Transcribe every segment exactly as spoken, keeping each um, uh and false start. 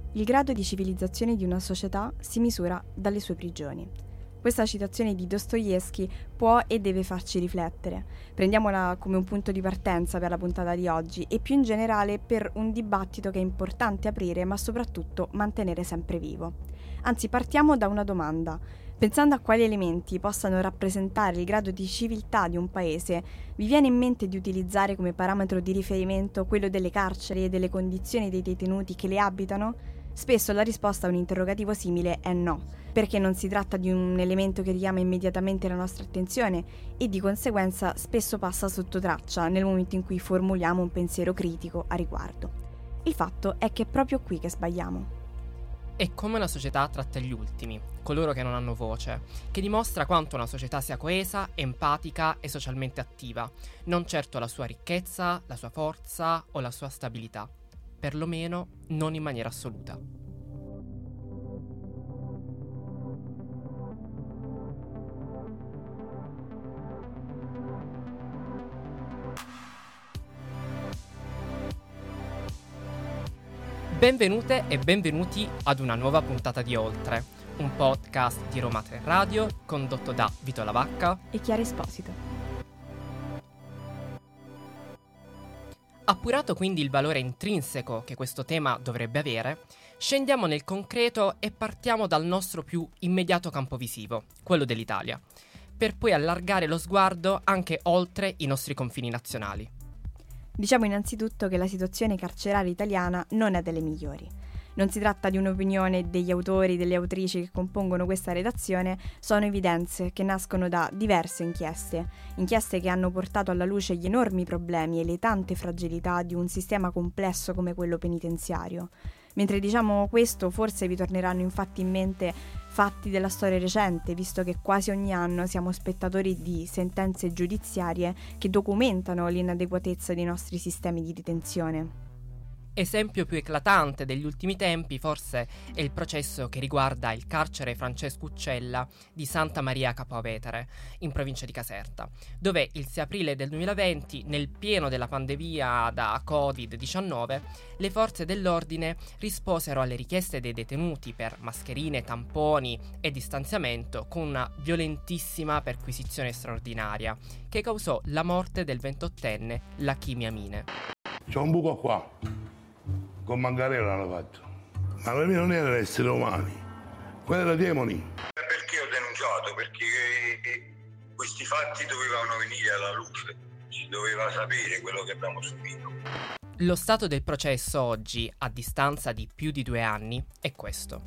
Il grado di civilizzazione di una società si misura dalle sue prigioni. Questa citazione di Dostoevskij può e deve farci riflettere. Prendiamola come un punto di partenza per la puntata di oggi e più in generale per un dibattito che è importante aprire ma soprattutto mantenere sempre vivo. Anzi, partiamo da una domanda. Pensando a quali elementi possano rappresentare il grado di civiltà di un paese, vi viene in mente di utilizzare come parametro di riferimento quello delle carceri e delle condizioni dei detenuti che le abitano? Spesso la risposta a un interrogativo simile è no, perché non si tratta di un elemento che richiama immediatamente la nostra attenzione e di conseguenza spesso passa sotto traccia nel momento in cui formuliamo un pensiero critico a riguardo. Il fatto è che è proprio qui che sbagliamo. È come una società tratta gli ultimi, coloro che non hanno voce, che dimostra quanto una società sia coesa, empatica e socialmente attiva, non certo la sua ricchezza, la sua forza o la sua stabilità. Perlomeno non in maniera assoluta. Benvenute e benvenuti ad una nuova puntata di Oltre, un podcast di Roma tre Radio condotto da Vito Lavacca e Chiara Esposito. Appurato quindi il valore intrinseco che questo tema dovrebbe avere, scendiamo nel concreto e partiamo dal nostro più immediato campo visivo, quello dell'Italia, per poi allargare lo sguardo anche oltre i nostri confini nazionali. Diciamo innanzitutto che la situazione carceraria italiana non è delle migliori. Non si tratta di un'opinione degli autori e delle autrici che compongono questa redazione, sono evidenze che nascono da diverse inchieste, inchieste che hanno portato alla luce gli enormi problemi e le tante fragilità di un sistema complesso come quello penitenziario. Mentre diciamo questo, forse vi torneranno infatti in mente fatti della storia recente, visto che quasi ogni anno siamo spettatori di sentenze giudiziarie che documentano l'inadeguatezza dei nostri sistemi di detenzione. Esempio più eclatante degli ultimi tempi forse è il processo che riguarda il carcere Francesco Uccella di Santa Maria Capua Vetere, in provincia di Caserta, dove il sei aprile del duemilaventi, nel pieno della pandemia da covid diciannove, le forze dell'ordine risposero alle richieste dei detenuti per mascherine, tamponi e distanziamento con una violentissima perquisizione straordinaria che causò la morte del ventottenne Lachimi Amine. C'è un buco qua. Con Mangarella l'hanno fatto. Ma per me non erano esseri umani, quelli erano demoni. Perché ho denunciato? Perché questi fatti dovevano venire alla luce, si doveva sapere quello che abbiamo subito. Lo stato del processo oggi, a distanza di più di due anni, è questo.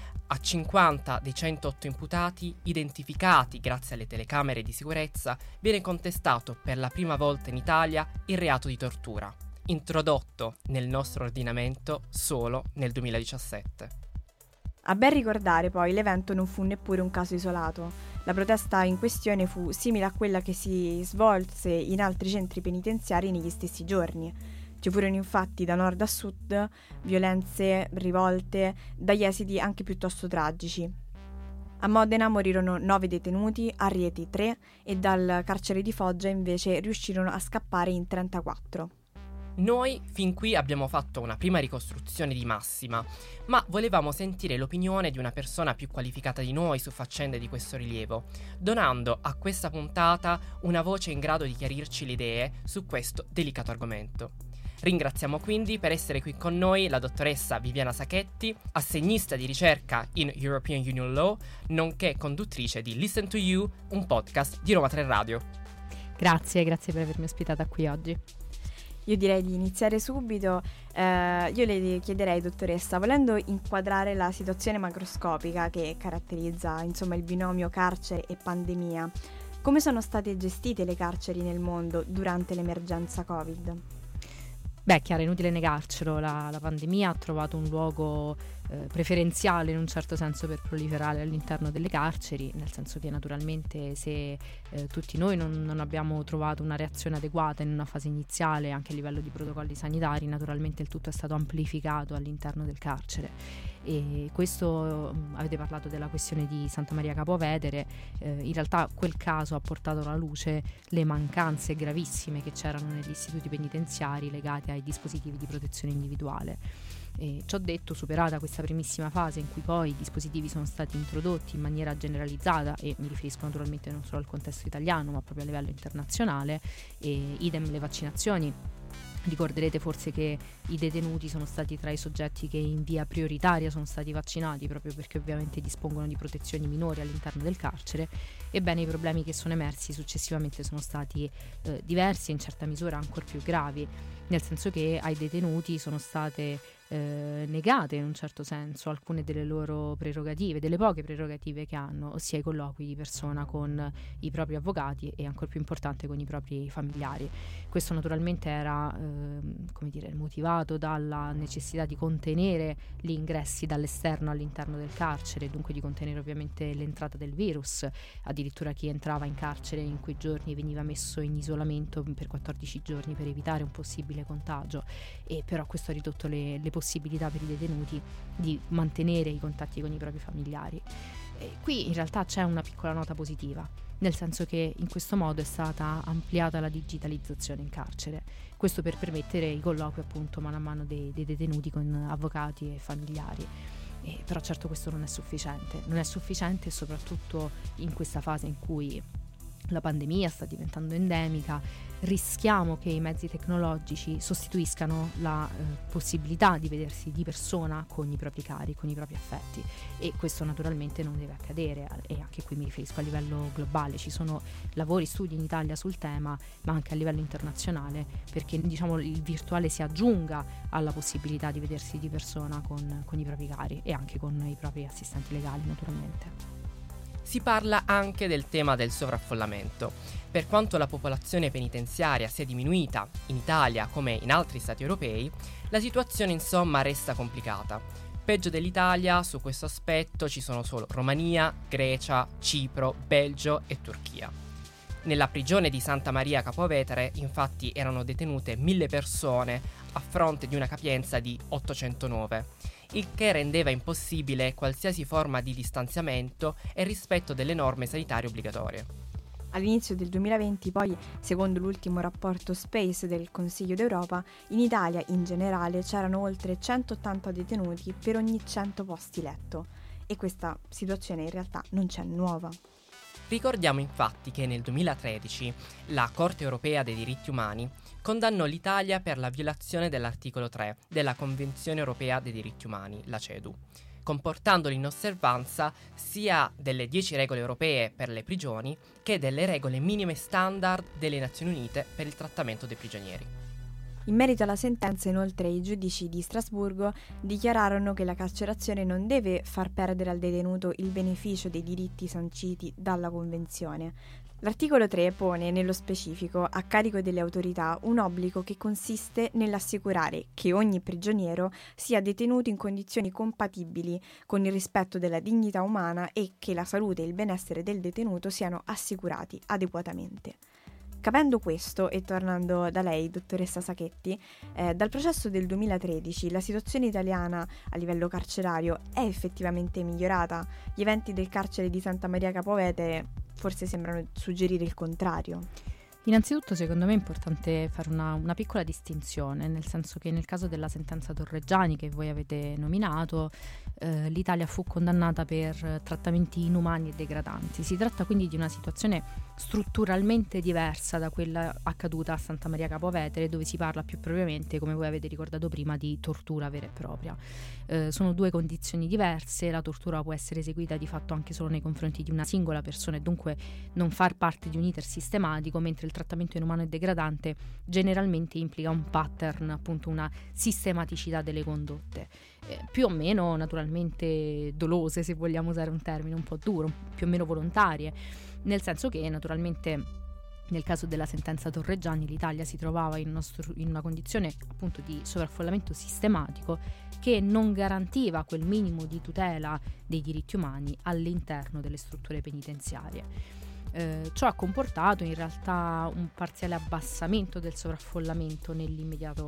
A cinquanta dei centootto imputati, identificati grazie alle telecamere di sicurezza, viene contestato per la prima volta in Italia il reato di tortura, introdotto nel nostro ordinamento solo nel duemiladiciassette. A ben ricordare poi l'evento non fu neppure un caso isolato. La protesta in questione fu simile a quella che si svolse in altri centri penitenziari negli stessi giorni. Ci furono infatti da nord a sud violenze, rivolte, dagli esiti anche piuttosto tragici. A Modena morirono nove detenuti, a Rieti tre e dal carcere di Foggia invece riuscirono a scappare in trentaquattro. Noi fin qui abbiamo fatto una prima ricostruzione di massima, ma volevamo sentire l'opinione di una persona più qualificata di noi su faccende di questo rilievo, donando a questa puntata una voce in grado di chiarirci le idee su questo delicato argomento. Ringraziamo quindi per essere qui con noi la dottoressa Viviana Sacchetti, assegnista di ricerca in European Union Law, nonché conduttrice di Listen to You, un podcast di Roma tre Radio. Grazie, grazie per avermi ospitata qui oggi. Io direi di iniziare subito. Eh, io le chiederei, dottoressa, volendo inquadrare la situazione macroscopica che caratterizza insomma il binomio carcere e pandemia, come sono state gestite le carceri nel mondo durante l'emergenza Covid? Beh, chiaro, è inutile negarcelo, la, la pandemia ha trovato un luogo eh, preferenziale in un certo senso per proliferare all'interno delle carceri, nel senso che naturalmente se eh, tutti noi non, non abbiamo trovato una reazione adeguata in una fase iniziale anche a livello di protocolli sanitari, naturalmente il tutto è stato amplificato all'interno del carcere. E questo, avete parlato della questione di Santa Maria Capua Vetere, eh, in realtà quel caso ha portato alla luce le mancanze gravissime che c'erano negli istituti penitenziari legati ai e dispositivi di protezione individuale. E ciò detto, superata questa primissima fase in cui poi i dispositivi sono stati introdotti in maniera generalizzata, e mi riferisco naturalmente non solo al contesto italiano ma proprio a livello internazionale, e idem le vaccinazioni. Ricorderete forse che i detenuti sono stati tra i soggetti che in via prioritaria sono stati vaccinati, proprio perché ovviamente dispongono di protezioni minori all'interno del carcere. Ebbene, i problemi che sono emersi successivamente sono stati eh, diversi e in certa misura ancora più gravi, nel senso che ai detenuti sono state eh, negate in un certo senso alcune delle loro prerogative, delle poche prerogative che hanno, ossia i colloqui di persona con i propri avvocati e, ancora più importante, con i propri familiari. Questo naturalmente era eh, come dire, motivato dalla necessità di contenere gli ingressi dall'esterno all'interno del carcere, dunque di contenere ovviamente l'entrata del virus. Addirittura chi entrava in carcere in quei giorni veniva messo in isolamento per quattordici giorni per evitare un possibile contagio, e però questo ha ridotto le, le possibilità per i detenuti di mantenere i contatti con i propri familiari. E qui in realtà c'è una piccola nota positiva, nel senso che in questo modo è stata ampliata la digitalizzazione in carcere, questo per permettere i colloqui appunto mano a mano dei, dei detenuti con avvocati e familiari. E però certo questo non è sufficiente, non è sufficiente soprattutto in questa fase in cui la pandemia sta diventando endemica. Rischiamo che i mezzi tecnologici sostituiscano la eh, possibilità di vedersi di persona con i propri cari, con i propri affetti, e questo naturalmente non deve accadere, e anche qui mi riferisco a livello globale. Ci sono lavori, studi in Italia sul tema, ma anche a livello internazionale, perché diciamo il virtuale si aggiunga alla possibilità di vedersi di persona con, con i propri cari e anche con i propri assistenti legali naturalmente. Si parla anche del tema del sovraffollamento. Per quanto la popolazione penitenziaria sia diminuita in Italia come in altri stati europei, la situazione insomma resta complicata. Peggio dell'Italia su questo aspetto ci sono solo Romania, Grecia, Cipro, Belgio e Turchia. Nella prigione di Santa Maria Capua Vetere infatti erano detenute mille persone a fronte di una capienza di ottocentonove, il che rendeva impossibile qualsiasi forma di distanziamento e rispetto delle norme sanitarie obbligatorie. All'inizio del duemilaventi, poi, secondo l'ultimo rapporto Space del Consiglio d'Europa, in Italia in generale c'erano oltre centottanta detenuti per ogni cento posti letto, e questa situazione in realtà non c'è nuova. Ricordiamo infatti che nel duemilatredici la Corte europea dei diritti umani condannò l'Italia per la violazione dell'articolo tre della Convenzione europea dei diritti umani, la CEDU, comportando l'inosservanza sia delle dieci regole europee per le prigioni che delle regole minime standard delle Nazioni Unite per il trattamento dei prigionieri. In merito alla sentenza, inoltre, i giudici di Strasburgo dichiararono che la carcerazione non deve far perdere al detenuto il beneficio dei diritti sanciti dalla Convenzione. L'articolo tre pone nello specifico a carico delle autorità un obbligo che consiste nell'assicurare che ogni prigioniero sia detenuto in condizioni compatibili con il rispetto della dignità umana e che la salute e il benessere del detenuto siano assicurati adeguatamente. Capendo questo, e tornando da lei, dottoressa Sachetti, eh, dal processo del duemilatredici la situazione italiana a livello carcerario è effettivamente migliorata? Gli eventi del carcere di Santa Maria Capua Vetere forse sembrano suggerire il contrario. Innanzitutto, secondo me è importante fare una, una piccola distinzione, nel senso che nel caso della sentenza Torreggiani che voi avete nominato, eh, l'Italia fu condannata per trattamenti inumani e degradanti. Si tratta quindi di una situazione strutturalmente diversa da quella accaduta a Santa Maria Capua Vetere, dove si parla più propriamente, come voi avete ricordato prima, di tortura vera e propria. Eh, sono due condizioni diverse. La tortura può essere eseguita di fatto anche solo nei confronti di una singola persona e dunque non far parte di un iter sistematico, mentre il trattamento inumano e degradante generalmente implica un pattern, appunto una sistematicità delle condotte, eh, più o meno naturalmente dolose, se vogliamo usare un termine un po' duro, più o meno volontarie, nel senso che naturalmente nel caso della sentenza Torreggiani l'Italia si trovava in una, stru- in una condizione appunto di sovraffollamento sistematico che non garantiva quel minimo di tutela dei diritti umani all'interno delle strutture penitenziarie. Eh, ciò ha comportato in realtà un parziale abbassamento del sovraffollamento nell'immediato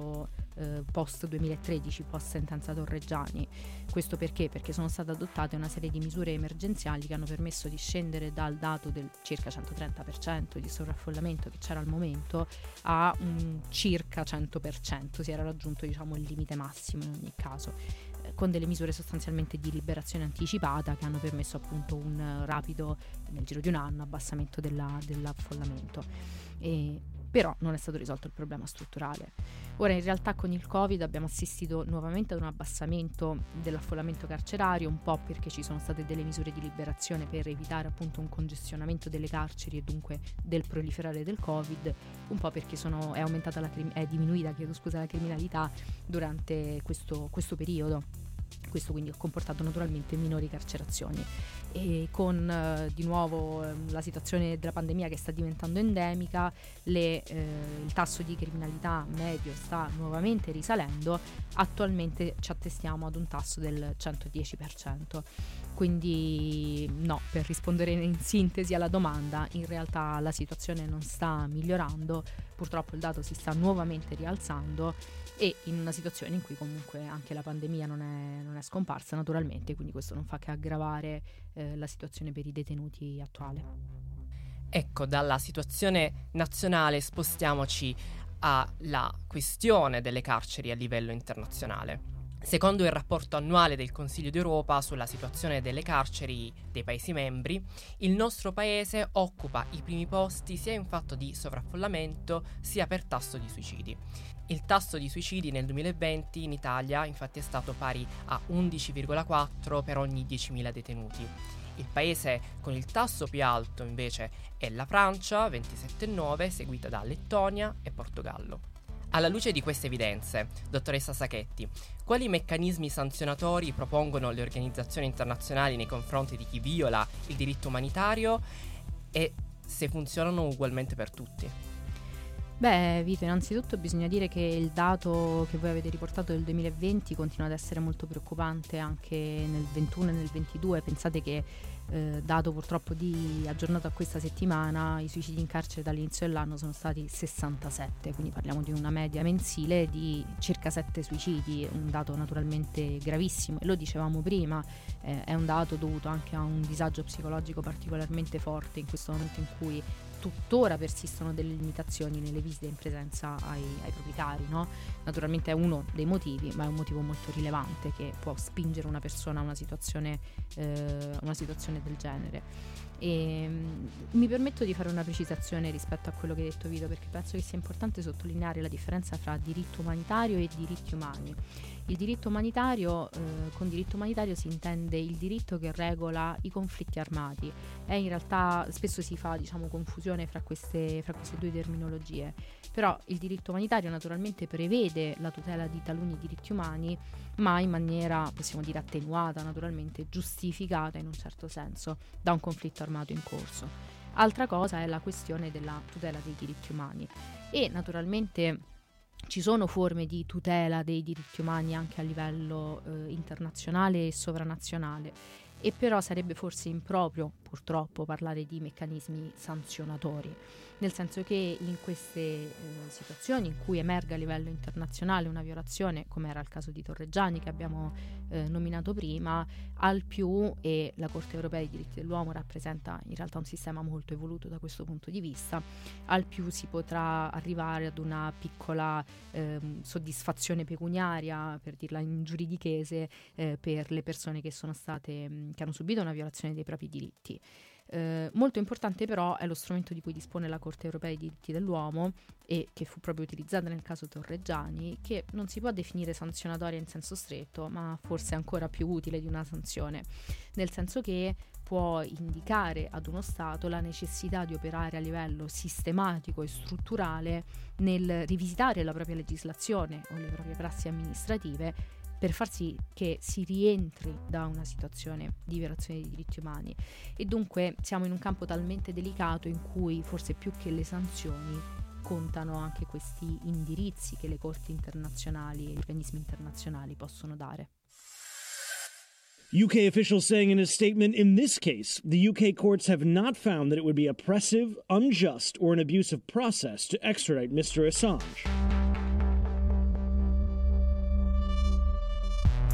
eh, post duemilatredici, post sentenza Torreggiani. Questo perché? Perché sono state adottate una serie di misure emergenziali che hanno permesso di scendere dal dato del circa centotrenta per cento di sovraffollamento che c'era al momento a un circa cento per cento, si era raggiunto diciamo il limite massimo in ogni caso, eh, con delle misure sostanzialmente di liberazione anticipata che hanno permesso appunto un uh, rapido, nel giro di un anno, abbassamento della, dell'affollamento. E però non è stato risolto il problema strutturale. Ora in realtà con il Covid abbiamo assistito nuovamente ad un abbassamento dell'affollamento carcerario, un po' perché ci sono state delle misure di liberazione per evitare appunto un congestionamento delle carceri e dunque del proliferare del Covid, un po' perché sono, è aumentata la è diminuita chiedo scusa, la criminalità durante questo, questo periodo. Questo quindi ha comportato naturalmente minori carcerazioni e con eh, di nuovo eh, la situazione della pandemia che sta diventando endemica, le, eh, il tasso di criminalità medio sta nuovamente risalendo, attualmente ci attestiamo ad un tasso del centodieci per cento. Quindi no, per rispondere in sintesi alla domanda, in realtà la situazione non sta migliorando, purtroppo il dato si sta nuovamente rialzando e in una situazione in cui comunque anche la pandemia non è, non è scomparsa naturalmente, quindi questo non fa che aggravare eh, la situazione per i detenuti attuale. Ecco, dalla situazione nazionale spostiamoci alla questione delle carceri a livello internazionale. Secondo il rapporto annuale del Consiglio d'Europa sulla situazione delle carceri dei Paesi membri, il nostro paese occupa i primi posti sia in fatto di sovraffollamento sia per tasso di suicidi. Il tasso di suicidi nel duemilaventi in Italia infatti è stato pari a undici virgola quattro per ogni diecimila detenuti. Il paese con il tasso più alto invece è la Francia, ventisette virgola nove, seguita da Lettonia e Portogallo. Alla luce di queste evidenze, dottoressa Sacchetti, quali meccanismi sanzionatori propongono le organizzazioni internazionali nei confronti di chi viola il diritto umanitario e se funzionano ugualmente per tutti? Beh, Vito, innanzitutto bisogna dire che il dato che voi avete riportato del duemilaventi continua ad essere molto preoccupante anche nel ventuno e nel ventidue. Pensate che, eh, dato purtroppo di aggiornato a questa settimana, i suicidi in carcere dall'inizio dell'anno sono stati sessantasette, quindi parliamo di una media mensile di circa sette suicidi, un dato naturalmente gravissimo e lo dicevamo prima, eh, è un dato dovuto anche a un disagio psicologico particolarmente forte in questo momento in cui tuttora persistono delle limitazioni nelle visite in presenza ai, ai propri cari, no? Naturalmente è uno dei motivi, ma è un motivo molto rilevante che può spingere una persona a una situazione, eh, una situazione del genere. E, mh, mi permetto di fare una precisazione rispetto a quello che hai detto, Vito, perché penso che sia importante sottolineare la differenza fra diritto umanitario e diritti umani. Il diritto umanitario, eh, con diritto umanitario si intende il diritto che regola i conflitti armati. E in realtà spesso si fa, diciamo, confusione fra queste, fra queste due terminologie. Però il diritto umanitario naturalmente prevede la tutela di taluni diritti umani, ma in maniera, possiamo dire, attenuata, naturalmente giustificata in un certo senso da un conflitto armato in corso. Altra cosa è la questione della tutela dei diritti umani. E naturalmente ci sono forme di tutela dei diritti umani anche a livello eh, internazionale e sovranazionale, e però sarebbe forse improprio, purtroppo, parlare di meccanismi sanzionatori, nel senso che in queste eh, situazioni in cui emerga a livello internazionale una violazione, come era il caso di Torreggiani che abbiamo eh, nominato prima, al più, e la Corte Europea dei diritti dell'uomo rappresenta in realtà un sistema molto evoluto da questo punto di vista, al più si potrà arrivare ad una piccola eh, soddisfazione pecuniaria, per dirla in giuridichese, eh, per le persone che sono state che hanno subito una violazione dei propri diritti. Eh, molto importante però è lo strumento di cui dispone la Corte Europea dei diritti dell'uomo e che fu proprio utilizzata nel caso Torreggiani, che non si può definire sanzionatoria in senso stretto, ma forse ancora più utile di una sanzione, nel senso che può indicare ad uno Stato la necessità di operare a livello sistematico e strutturale nel rivisitare la propria legislazione o le proprie prassi amministrative per far sì che si rientri da una situazione di violazione dei diritti umani. E dunque siamo in un campo talmente delicato in cui forse più che le sanzioni contano anche questi indirizzi che le corti internazionali e gli organismi internazionali possono dare. U K officials saying in a statement, in this case, the U K courts have not found that it would be oppressive, unjust, or an abuse of process to extradite Mister Assange.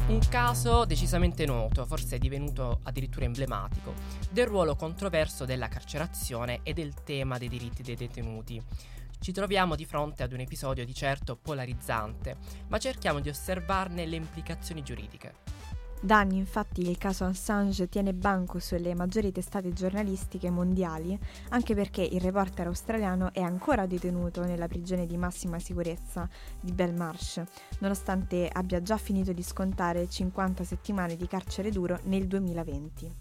Un caso decisamente noto, forse divenuto addirittura emblematico, del ruolo controverso della carcerazione e del tema dei diritti dei detenuti. Ci troviamo di fronte ad un episodio di certo polarizzante, ma cerchiamo di osservarne le implicazioni giuridiche. Da anni infatti il caso Assange tiene banco sulle maggiori testate giornalistiche mondiali, anche perché il reporter australiano è ancora detenuto nella prigione di massima sicurezza di Belmarsh, nonostante abbia già finito di scontare cinquanta settimane di carcere duro nel duemilaventi.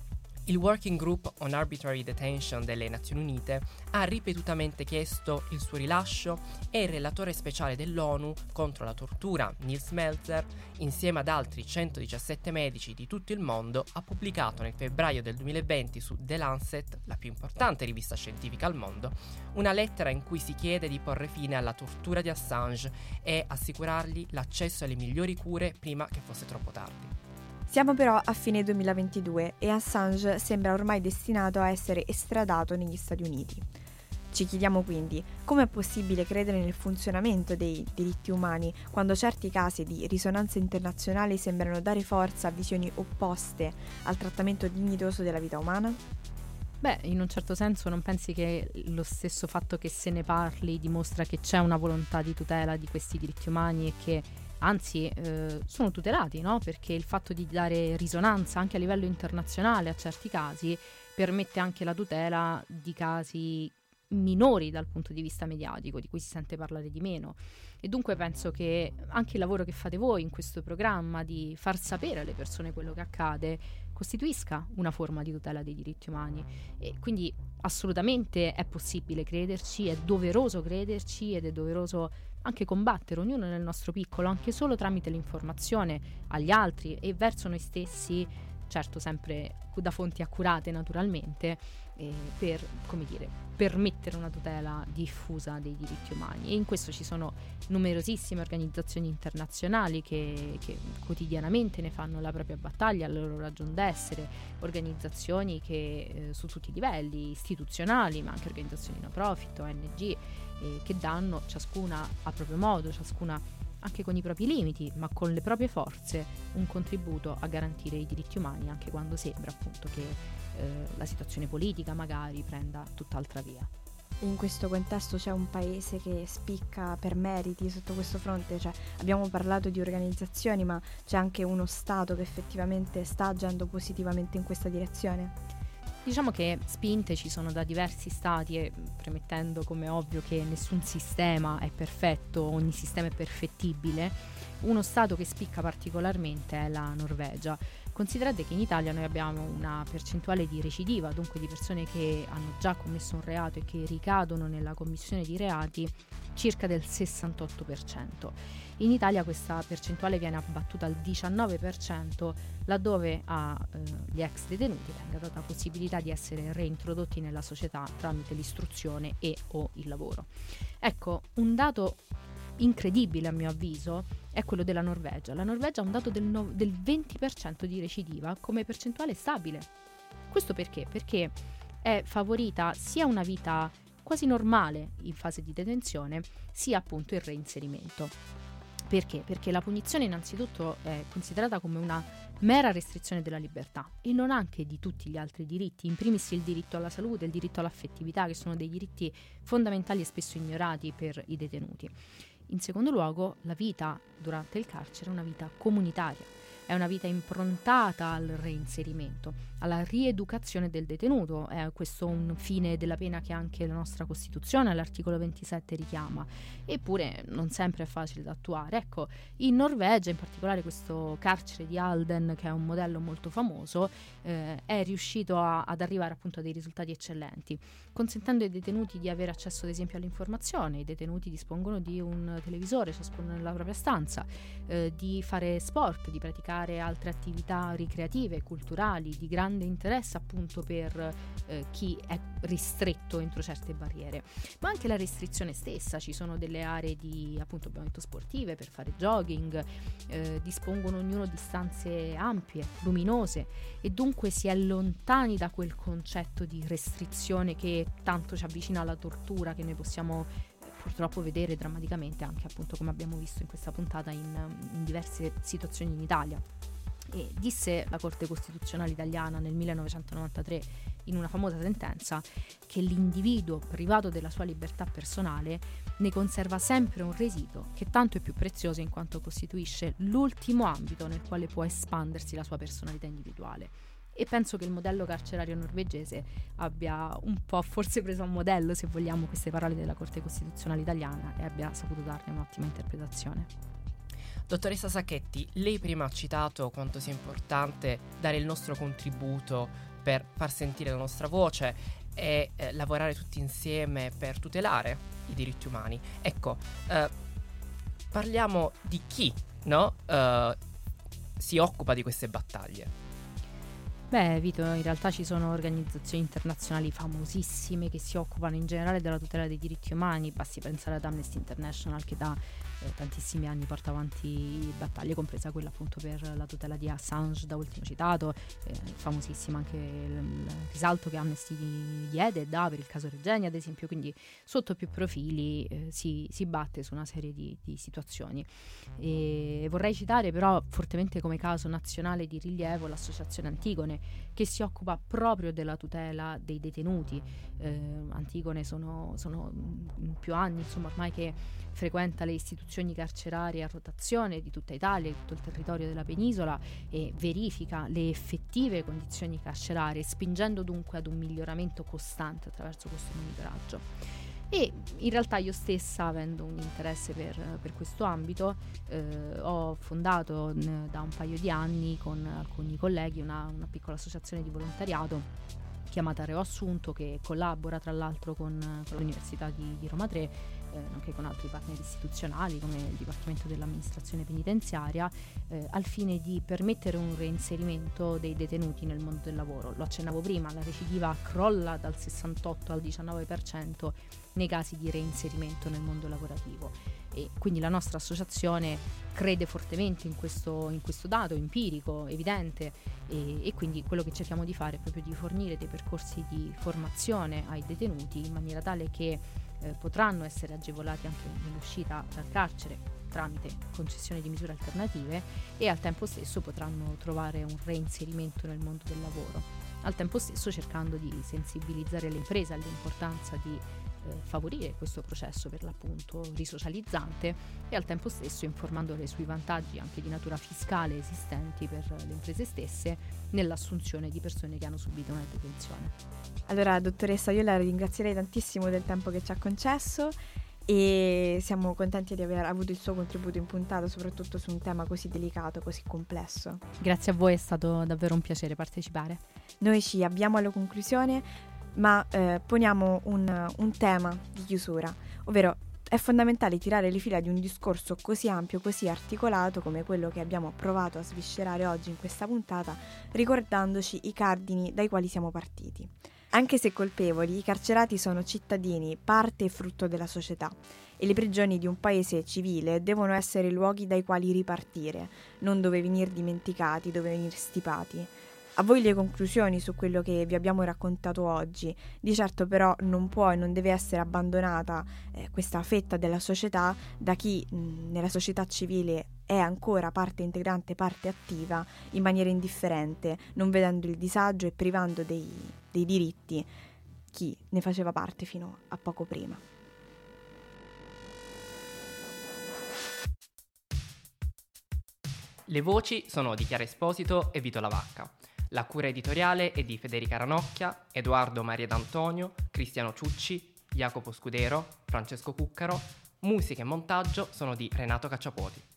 Il Working Group on Arbitrary Detention delle Nazioni Unite ha ripetutamente chiesto il suo rilascio e il relatore speciale dell'ONU contro la tortura, Nils Melzer, insieme ad altri centodiciassette medici di tutto il mondo, ha pubblicato nel febbraio del duemilaventi su The Lancet, la più importante rivista scientifica al mondo, una lettera in cui si chiede di porre fine alla tortura di Assange e assicurargli l'accesso alle migliori cure prima che fosse troppo tardi. Siamo però a fine duemilaventidue e Assange sembra ormai destinato a essere estradato negli Stati Uniti. Ci chiediamo quindi come è possibile credere nel funzionamento dei diritti umani quando certi casi di risonanza internazionale sembrano dare forza a visioni opposte al trattamento dignitoso della vita umana? Beh, in un certo senso non pensi che lo stesso fatto che se ne parli dimostra che c'è una volontà di tutela di questi diritti umani e che anzi eh, sono tutelati, no? Perché il fatto di dare risonanza anche a livello internazionale a certi casi permette anche la tutela di casi minori dal punto di vista mediatico, di cui si sente parlare di meno. E dunque penso che anche il lavoro che fate voi in questo programma di far sapere alle persone quello che accade costituisca una forma di tutela dei diritti umani, e quindi assolutamente è possibile crederci, è doveroso crederci ed è doveroso anche combattere ognuno nel nostro piccolo, anche solo tramite l'informazione agli altri e verso noi stessi, certo sempre da fonti accurate naturalmente, eh, per, come dire, permettere una tutela diffusa dei diritti umani. E in questo ci sono numerosissime organizzazioni internazionali che, che quotidianamente ne fanno la propria battaglia, la loro ragion d'essere, organizzazioni che eh, su tutti i livelli, istituzionali, ma anche organizzazioni no profit, O N G, eh, che danno ciascuna a proprio modo, ciascuna anche con i propri limiti, ma con le proprie forze, un contributo a garantire i diritti umani, anche quando sembra appunto che eh, la situazione politica magari prenda tutt'altra via. In questo contesto c'è un paese che spicca per meriti sotto questo fronte, cioè abbiamo parlato di organizzazioni, ma c'è anche uno Stato che effettivamente sta agendo positivamente in questa direzione? Diciamo che spinte ci sono da diversi stati, e premettendo come ovvio che nessun sistema è perfetto, ogni sistema è perfettibile. Uno stato che spicca particolarmente è la Norvegia. Considerate che in Italia noi abbiamo una percentuale di recidiva, dunque di persone che hanno già commesso un reato e che ricadono nella commissione di reati, circa del sessantotto per cento. In Italia questa percentuale viene abbattuta al diciannove per cento, laddove agli eh, ex detenuti venga data la possibilità di essere reintrodotti nella società tramite l'istruzione e o il lavoro. Ecco, un dato incredibile a mio avviso è quello della Norvegia. La Norvegia ha un dato del, no- del venti per cento di recidiva come percentuale stabile. Questo perché? Perché è favorita sia una vita quasi normale in fase di detenzione, sia appunto il reinserimento. Perché? Perché la punizione innanzitutto è considerata come una mera restrizione della libertà e non anche di tutti gli altri diritti, in primis il diritto alla salute, il diritto all'affettività, che sono dei diritti fondamentali e spesso ignorati per i detenuti. In secondo luogo, la vita durante il carcere è una vita comunitaria, è una vita improntata al reinserimento, alla rieducazione del detenuto. È questo un fine della pena che anche la nostra Costituzione all'articolo ventisette richiama, eppure non sempre è facile da attuare. Ecco, in Norvegia, in particolare questo carcere di Halden, che è un modello molto famoso, eh, è riuscito a, ad arrivare appunto a dei risultati eccellenti, consentendo ai detenuti di avere accesso ad esempio all'informazione. I detenuti dispongono di un televisore ciascuno nella propria stanza, eh, di fare sport, di praticare altre attività ricreative, culturali, di grande interesse appunto per eh, chi è ristretto entro certe barriere. Ma anche la restrizione stessa, ci sono delle aree di appunto abbiamo detto sportive per fare jogging, eh, dispongono ognuno di stanze ampie, luminose, e dunque si è lontani da quel concetto di restrizione che tanto ci avvicina alla tortura, che noi possiamo purtroppo vedere drammaticamente anche, appunto, come abbiamo visto in questa puntata, in, in diverse situazioni in Italia. E disse la Corte Costituzionale italiana nel millenovecentonovantatré in una famosa sentenza che l'individuo privato della sua libertà personale ne conserva sempre un residuo che tanto è più prezioso in quanto costituisce l'ultimo ambito nel quale può espandersi la sua personalità individuale. E penso che il modello carcerario norvegese abbia un po' forse preso a modello, se vogliamo, queste parole della Corte Costituzionale italiana e abbia saputo darne un'ottima interpretazione. Dottoressa Sacchetti, lei prima ha citato quanto sia importante dare il nostro contributo per far sentire la nostra voce e eh, lavorare tutti insieme per tutelare i diritti umani. Ecco, eh, parliamo di chi, no, eh, si occupa di queste battaglie. Beh, Vito, in realtà ci sono organizzazioni internazionali famosissime che si occupano in generale della tutela dei diritti umani. Basti pensare ad Amnesty International, che da eh, tantissimi anni porta avanti battaglie, compresa quella appunto per la tutela di Assange, da ultimo citato. Eh, famosissima anche il risalto che Amnesty diede e dà per il caso Regeni, ad esempio. Quindi sotto più profili eh, si, si batte su una serie di, di situazioni. E vorrei citare però fortemente come caso nazionale di rilievo l'associazione Antigone, che si occupa proprio della tutela dei detenuti. Eh, Antigone sono, sono più anni, insomma, ormai che frequenta le istituzioni carcerarie a rotazione di tutta Italia, di tutto il territorio della penisola, e verifica le effettive condizioni carcerarie, spingendo dunque ad un miglioramento costante attraverso questo monitoraggio. E in realtà io stessa, avendo un interesse per, per questo ambito, eh, ho fondato n- da un paio di anni con alcuni colleghi una, una piccola associazione di volontariato chiamata Reo Assunto, che collabora tra l'altro con, con l'Università di, di Roma tre, eh, nonché con altri partner istituzionali come il Dipartimento dell'Amministrazione Penitenziaria, eh, al fine di permettere un reinserimento dei detenuti nel mondo del lavoro. Lo accennavo prima, la recidiva crolla dal sessantotto al diciannove per cento nei casi di reinserimento nel mondo lavorativo, e quindi la nostra associazione crede fortemente in questo, in questo dato empirico, evidente, e, e quindi quello che cerchiamo di fare è proprio di fornire dei percorsi di formazione ai detenuti in maniera tale che eh, potranno essere agevolati anche nell'uscita dal carcere tramite concessione di misure alternative, e al tempo stesso potranno trovare un reinserimento nel mondo del lavoro, al tempo stesso cercando di sensibilizzare le imprese all'importanza di favorire questo processo per l'appunto risocializzante, e al tempo stesso informandole sui vantaggi anche di natura fiscale esistenti per le imprese stesse nell'assunzione di persone che hanno subito una detenzione. Allora, dottoressa, io la ringrazierei tantissimo del tempo che ci ha concesso, e siamo contenti di aver avuto il suo contributo in puntata, soprattutto su un tema così delicato, così complesso. Grazie a voi, è stato davvero un piacere partecipare. Noi ci avviamo alla conclusione, ma eh, poniamo un, un tema di chiusura, ovvero è fondamentale tirare le fila di un discorso così ampio, così articolato come quello che abbiamo provato a sviscerare oggi in questa puntata, ricordandoci i cardini dai quali siamo partiti. Anche se colpevoli, i carcerati sono cittadini, parte e frutto della società, e le prigioni di un paese civile devono essere luoghi dai quali ripartire, non dove venir dimenticati, dove venir stipati. A voi le conclusioni su quello che vi abbiamo raccontato oggi. Di certo però non può e non deve essere abbandonata eh, questa fetta della società da chi mh, nella società civile è ancora parte integrante, parte attiva, in maniera indifferente, non vedendo il disagio e privando dei, dei diritti chi ne faceva parte fino a poco prima. Le voci sono di Chiara Esposito e Vito Lavacca. La cura editoriale è di Federica Ranocchia, Edoardo Maria D'Antonio, Cristiano Ciucci, Jacopo Scudero, Francesco Cuccaro. Musica e montaggio sono di Renato Cacciapoti.